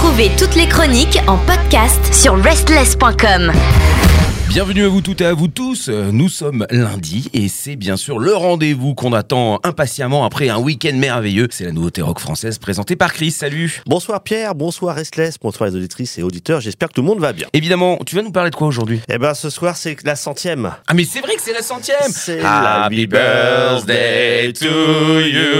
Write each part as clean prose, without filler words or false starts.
Retrouvez toutes les chroniques en podcast sur restless.com. Bienvenue à vous toutes et à vous tous, nous sommes lundi et c'est bien sûr le rendez-vous qu'on attend impatiemment après un week-end merveilleux. C'est la nouveauté rock française présentée par Chris, salut. Bonsoir Pierre, bonsoir Restless, bonsoir les auditrices et auditeurs, j'espère que tout le monde va bien. Évidemment, tu vas nous parler de quoi aujourd'hui ? Eh ben ce soir c'est la 100e. Ah mais c'est vrai que c'est la 100e. C'est Happy birthday to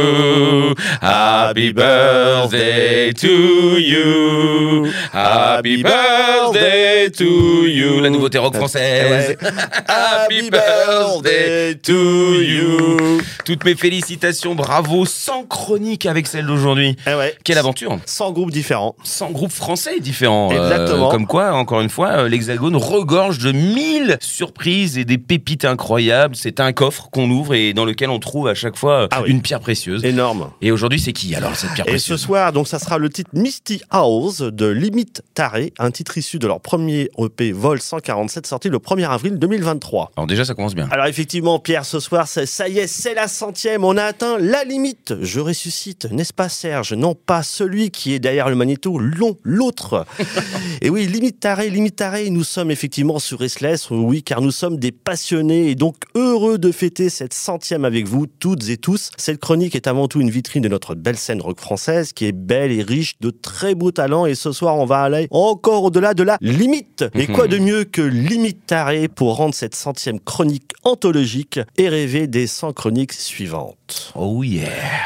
you, happy birthday to you, happy birthday to you. La nouveauté rock française. Ouais. Happy birthday to you. Toutes mes félicitations, bravo, 100 chroniques avec celle d'aujourd'hui. Ouais. Quelle aventure. 100 groupes différents. 100 groupes français différents. Exactement. Comme quoi, encore une fois, l'Hexagone regorge de 1000 surprises et des pépites incroyables. C'est un coffre qu'on ouvre et dans lequel on trouve à chaque fois une pierre précieuse. Énorme. Et aujourd'hui, c'est qui alors cette pierre Et précieuse ? ce soir, donc ça sera le titre Misty House de Limite Taré, un titre issu de leur premier EP Vol 147 sorti le 1er avril 2023. Alors déjà, ça commence bien. Alors effectivement, Pierre, ce soir, ça y est, c'est la 100e. On a atteint la limite. Je ressuscite, n'est-ce pas Serge ? Non, pas celui qui est derrière le magnéto, l'autre. Et oui, Limite Taré, nous sommes effectivement sur Restless, oui, car nous sommes des passionnés et donc heureux de fêter cette 100e avec vous, toutes et tous. Cette chronique est avant tout une vitrine de notre belle scène rock française qui est belle et riche de très beaux talents. Et ce soir, on va aller encore au-delà de la limite. Et quoi de mieux que Limite Taré pour rendre cette 100e chronique anthologique et rêver des 100 chroniques suivantes. Oh yeah.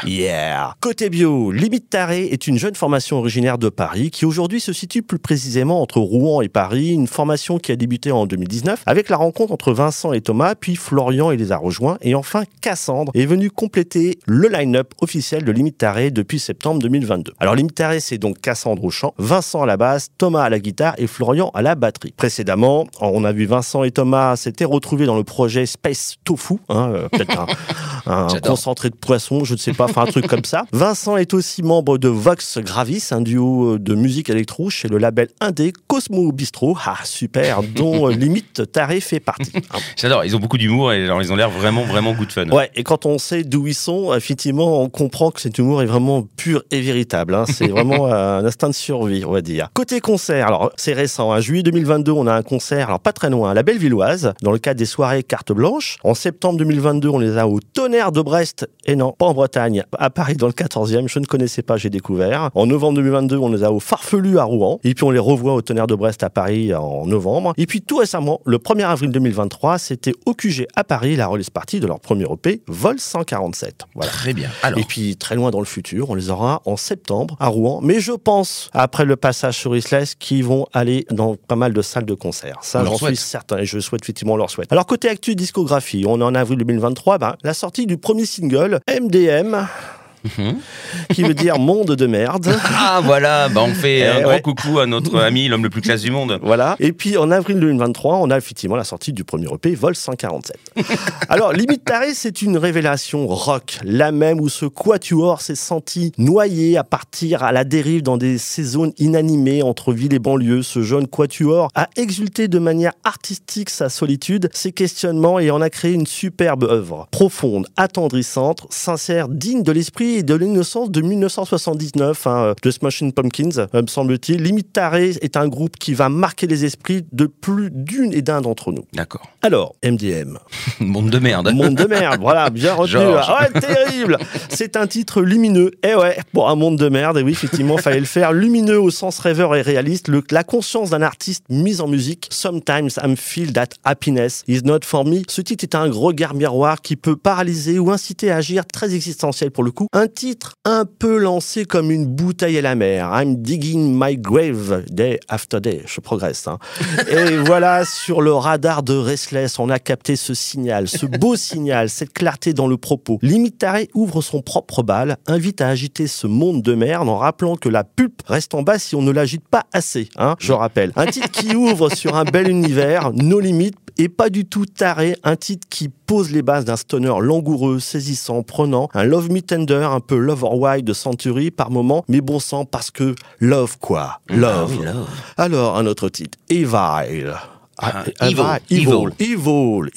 Yeah. Côté bio, Limite Taré est une jeune formation originaire de Paris qui aujourd'hui se situe plus précisément entre Rouen et Paris, une formation qui a débuté en 2019 avec la rencontre entre Vincent et Thomas, puis Florian les a rejoints et enfin Cassandre est venu compléter le line-up officiel de Limite Taré depuis septembre 2022. Alors Limite Taré, c'est donc Cassandre au chant, Vincent à la basse, Thomas à la guitare et Florian à la batterie. Précédemment, on a vu Vincent et Thomas s'étaient retrouvés dans le projet Space Tofu, peut-être un concentré de poisson, je ne sais pas, enfin un truc comme ça. Vincent est aussi membre de Vox Gravis, un duo de musique électro chez le label indé Cosmo Bistro, super, dont Limite Taré fait partie. J'adore, ils ont beaucoup d'humour et alors, ils ont l'air vraiment good fun. Ouais, et quand on sait d'où ils sont, effectivement, on comprend que cet humour est vraiment pur et véritable. C'est vraiment un instinct de survie, on va dire. Côté concert, alors c'est récent, juillet 2022, on a un concert, alors pas très loin, à la Bellevilloise, dans le cadre des soirées Carte Blanche. En septembre 2022, on les a au Tonnerre de Brest, et non, pas en Bretagne, à Paris dans le 14e, je ne connaissais pas, j'ai découvert. En novembre 2022, on les a au Farfelu à Rouen, et puis on les revoit au Tonnerre de Brest à Paris en novembre. Et puis tout récemment, le 1er avril 2023, c'était au QG à Paris, la release party de leur premier EP, Vol 147. Voilà. Très bien. Alors. Et puis très loin dans le futur, on les aura en septembre à Rouen, mais je pense, après le passage sur Restless, qu'ils vont aller dans pas mal de salles de concert. Ça, j'en suis certain, et je souhaite effectivement leur souhaite. Alors côté actu discographie, on est en avril 2023, la sortie du premier single, MDM, qui veut dire monde de merde. Ah voilà, on fait un grand coucou à notre ami, l'homme le plus classe du monde. Voilà. Et puis en avril 2023, on a effectivement la sortie du premier EP, Vol 147. Alors, Limite Taré, c'est une révélation rock, la même où ce quatuor s'est senti noyé à partir à la dérive dans ces zones inanimées entre ville et banlieue. Ce jeune quatuor a exulté de manière artistique sa solitude, ses questionnements et en a créé une superbe œuvre, profonde, attendrissante, sincère, digne de l'esprit et de l'innocence de 1979, de Smashing Pumpkins, me semble-t-il. Limite Taré est un groupe qui va marquer les esprits de plus d'une et d'un d'entre nous. D'accord. Alors, MDM. Monde de merde. Monde de merde, voilà, bien retenu. Ouais, terrible. C'est un titre lumineux. Pour un monde de merde, et oui, effectivement, fallait le faire. Lumineux au sens rêveur et réaliste, la conscience d'un artiste mise en musique. Sometimes I feel that happiness is not for me. Ce titre est un regard miroir qui peut paralyser ou inciter à agir, très existentiel pour le coup. Un titre un peu lancé comme une bouteille à la mer. I'm digging my grave day after day. Je progresse. Et voilà, sur le radar de Restless, on a capté ce signal, ce beau signal, cette clarté dans le propos. Limite Taré ouvre son propre bal, invite à agiter ce monde de merde en rappelant que la pulpe reste en bas si on ne l'agite pas assez. Je rappelle. Un titre qui ouvre sur un bel univers, nos limites, et pas du tout taré, un titre qui pose les bases d'un stoner langoureux, saisissant, prenant, un Love Me Tender, un peu Love or Why de Century par moment, mais bon sang parce que love quoi, love. Ah oui, love. Alors un autre titre, Evil. Evil.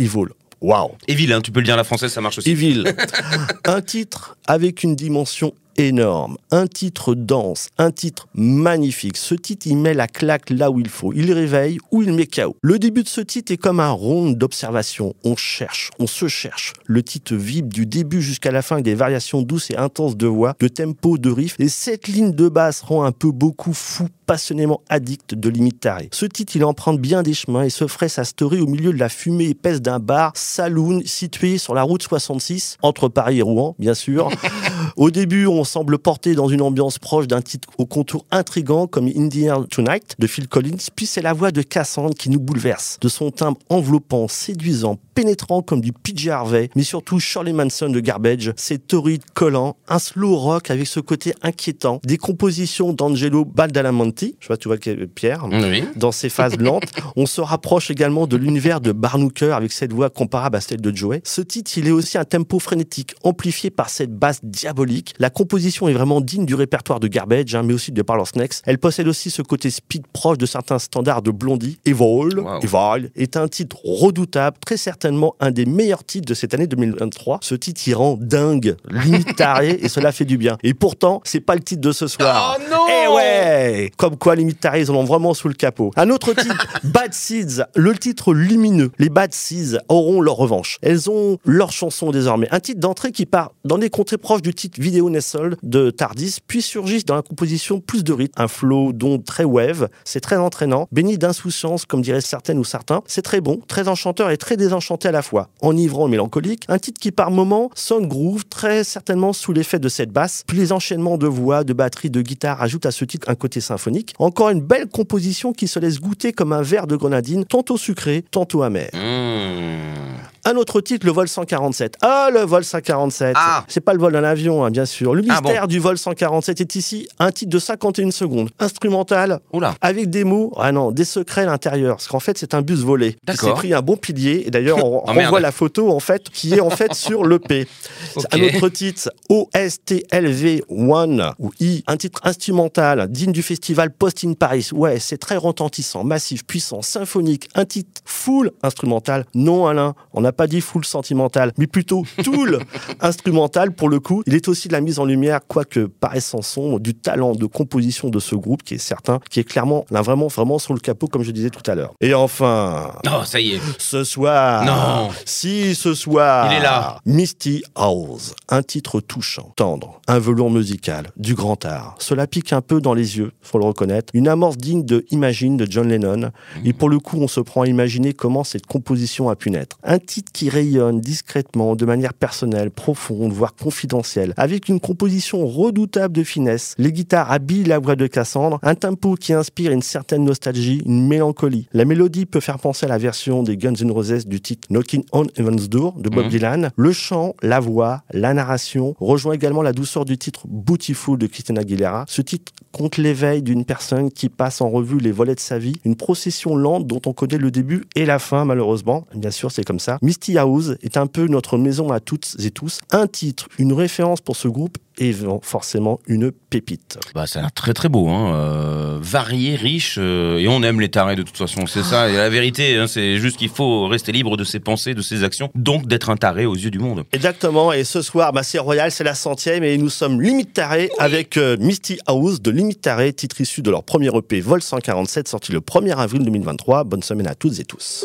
Wow. Evil, tu peux le dire à la française, ça marche aussi. Evil. Un titre avec une dimension énorme, un titre dense, un titre magnifique. Ce titre, il met la claque là où il faut. Il réveille ou il met KO. Le début de ce titre est comme un round d'observation. On cherche, on se cherche. Le titre vibre du début jusqu'à la fin avec des variations douces et intenses de voix, de tempo, de riff. Et cette ligne de basse rend un peu beaucoup fou, passionnément addict de Limitare. Ce titre, il emprunte bien des chemins et se ferait sa story au milieu de la fumée épaisse d'un bar saloon situé sur la route 66, entre Paris et Rouen, bien sûr. Au début, on semble porté dans une ambiance proche d'un titre au contour intrigant comme In the Air Tonight de Phil Collins, puis c'est la voix de Cassandre qui nous bouleverse, de son timbre enveloppant, séduisant, pénétrant comme du PJ Harvey, mais surtout Shirley Manson de Garbage, c'est torride, collant, un slow rock avec ce côté inquiétant, des compositions d'Angelo Badalamenti, je vois, tu vois Pierre, oui, dans ses phases lentes. On se rapproche également de l'univers de Barnooker avec cette voix comparable à celle de Joey. Ce titre, il est aussi un tempo frénétique, amplifié par cette basse diabolique. La composition est vraiment digne du répertoire de Garbage, mais aussi de Parlor Snakes. Elle possède aussi ce côté speed proche de certains standards de Blondie. Evil est un titre redoutable, très certainement un des meilleurs titres de cette année 2023. Ce titre, il rend dingue, Limitare, et cela fait du bien. Et pourtant, c'est pas le titre de ce soir. Oh non! Eh ouais! Comme quoi, Limitare, ils en ont vraiment sous le capot. Un autre titre, Bad Seeds, le titre lumineux. Les Bad Seeds auront leur revanche. Elles ont leur chanson désormais. Un titre d'entrée qui part dans des contrées proches du titre Vidéo Nestle de Tardis, puis surgissent dans la composition plus de rythme. Un flow dont très wave, c'est très entraînant, béni d'insouciance, comme diraient certaines ou certains. C'est très bon, très enchanteur et très désenchanté à la fois. Enivrant, mélancolique. Un titre qui par moments sonne groove, très certainement sous l'effet de cette basse. Puis les enchaînements de voix, de batterie, de guitare ajoutent à ce titre un côté symphonique. Encore une belle composition qui se laisse goûter comme un verre de grenadine, tantôt sucré, tantôt amer. Un autre titre, le vol 147. Ah, le vol 147. Ah. C'est pas le vol d'un avion, bien sûr. Le mystère bon. du vol 147 est ici un titre de 51 secondes. Instrumental, Oula. avec des mots, des secrets à l'intérieur. Parce qu'en fait, c'est un bus volé. Il s'est D'accord. pris un bon pilier. Et d'ailleurs, on Oh, merde. renvoie la photo, en fait, qui est en fait sur l'EP. Ok. Un autre titre, OSTLV1 ou I, un titre instrumental, digne du festival Post in Paris. Ouais, c'est très retentissant, massif, puissant, symphonique. Un titre full instrumental. Non, Alain, on n'a pas dit full sentimental, mais plutôt tool instrumental pour le coup. Il est aussi de la mise en lumière, quoique paraissant sombre, du talent de composition de ce groupe qui est certain, qui est clairement là vraiment sur le capot comme je disais tout à l'heure. Et enfin, Oh, ça y est. ce soir, Non. si ce soir, Il est là. Misty House, un titre touchant, tendre, un velours musical, du grand art. Cela pique un peu dans les yeux, faut le reconnaître. Une amorce digne de Imagine de John Lennon. Et pour le coup, on se prend à imaginer comment cette composition a pu naître. Un titre qui rayonne discrètement, de manière personnelle, profonde, voire confidentielle, avec une composition redoutable de finesse. Les guitares habillent la voix de Cassandre, un tempo qui inspire une certaine nostalgie, une mélancolie. La mélodie peut faire penser à la version des Guns N' Roses du titre Knocking on Heaven's Door de Bob Dylan. Le chant, la voix, la narration rejoint également la douceur du titre Beautiful de Christina Aguilera. Ce titre compte l'éveil d'une personne qui passe en revue les volets de sa vie, une procession lente dont on connaît le début et la fin malheureusement. Bien sûr, c'est comme ça. Misty House est un peu notre maison à toutes et tous. Un titre, une référence pour ce groupe et forcément une pépite. Bah, ça a l'air très très beau, hein. Varié, riche, et on aime les tarés de toute façon, c'est ça. Et la vérité, hein, c'est juste qu'il faut rester libre de ses pensées, de ses actions, donc d'être un taré aux yeux du monde. Exactement, et ce soir, c'est Royal, c'est la 100e, et nous sommes Limitare avec Misty House de Limitare, titre issu de leur premier EP Vol 147, sorti le 1er avril 2023. Bonne semaine à toutes et tous.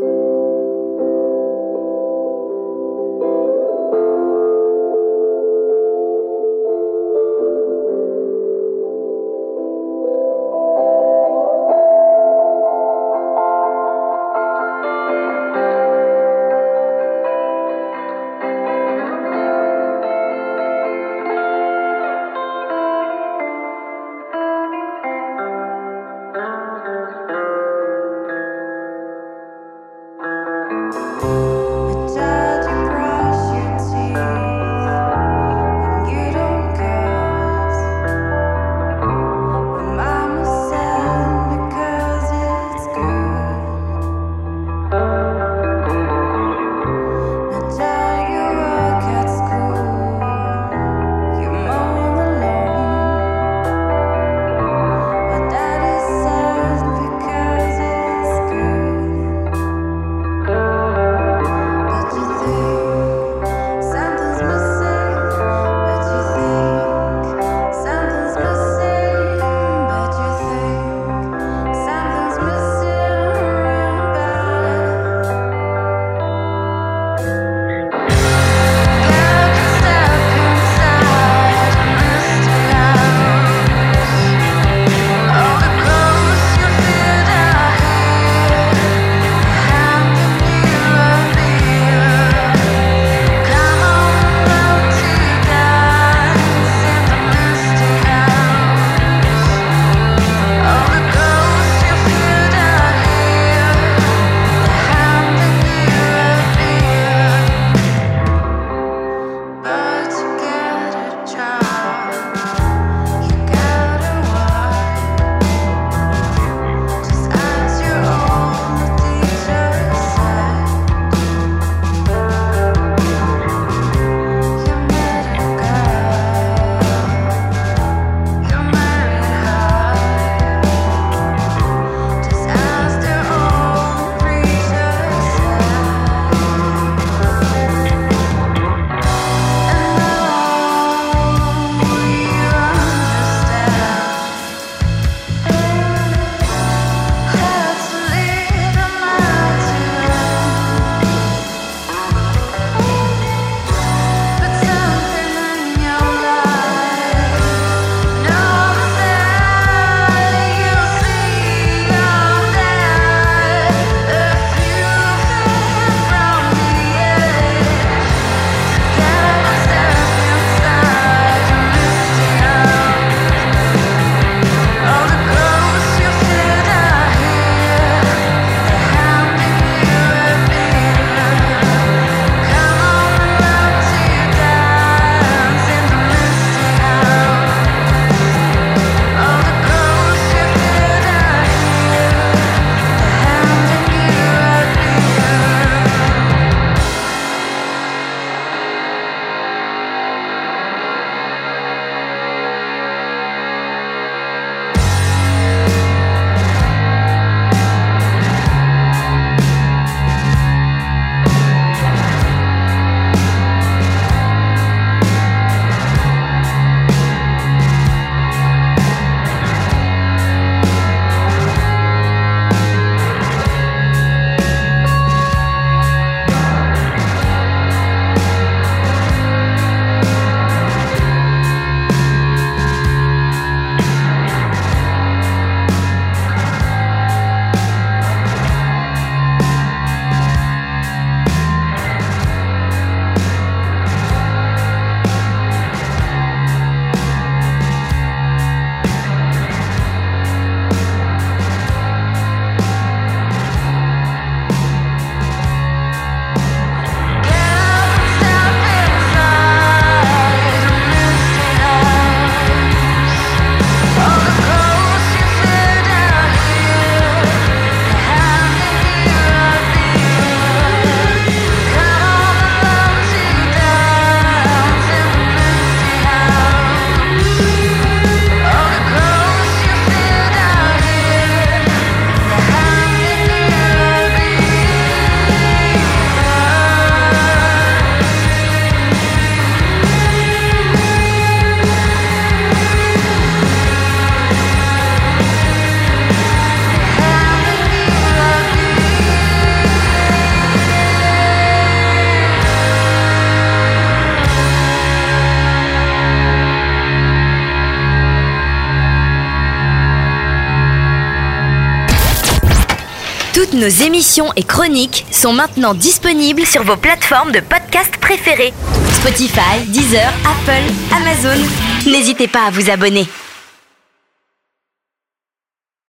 Toutes nos émissions et chroniques sont maintenant disponibles sur vos plateformes de podcast préférées. Spotify, Deezer, Apple, Amazon. N'hésitez pas à vous abonner.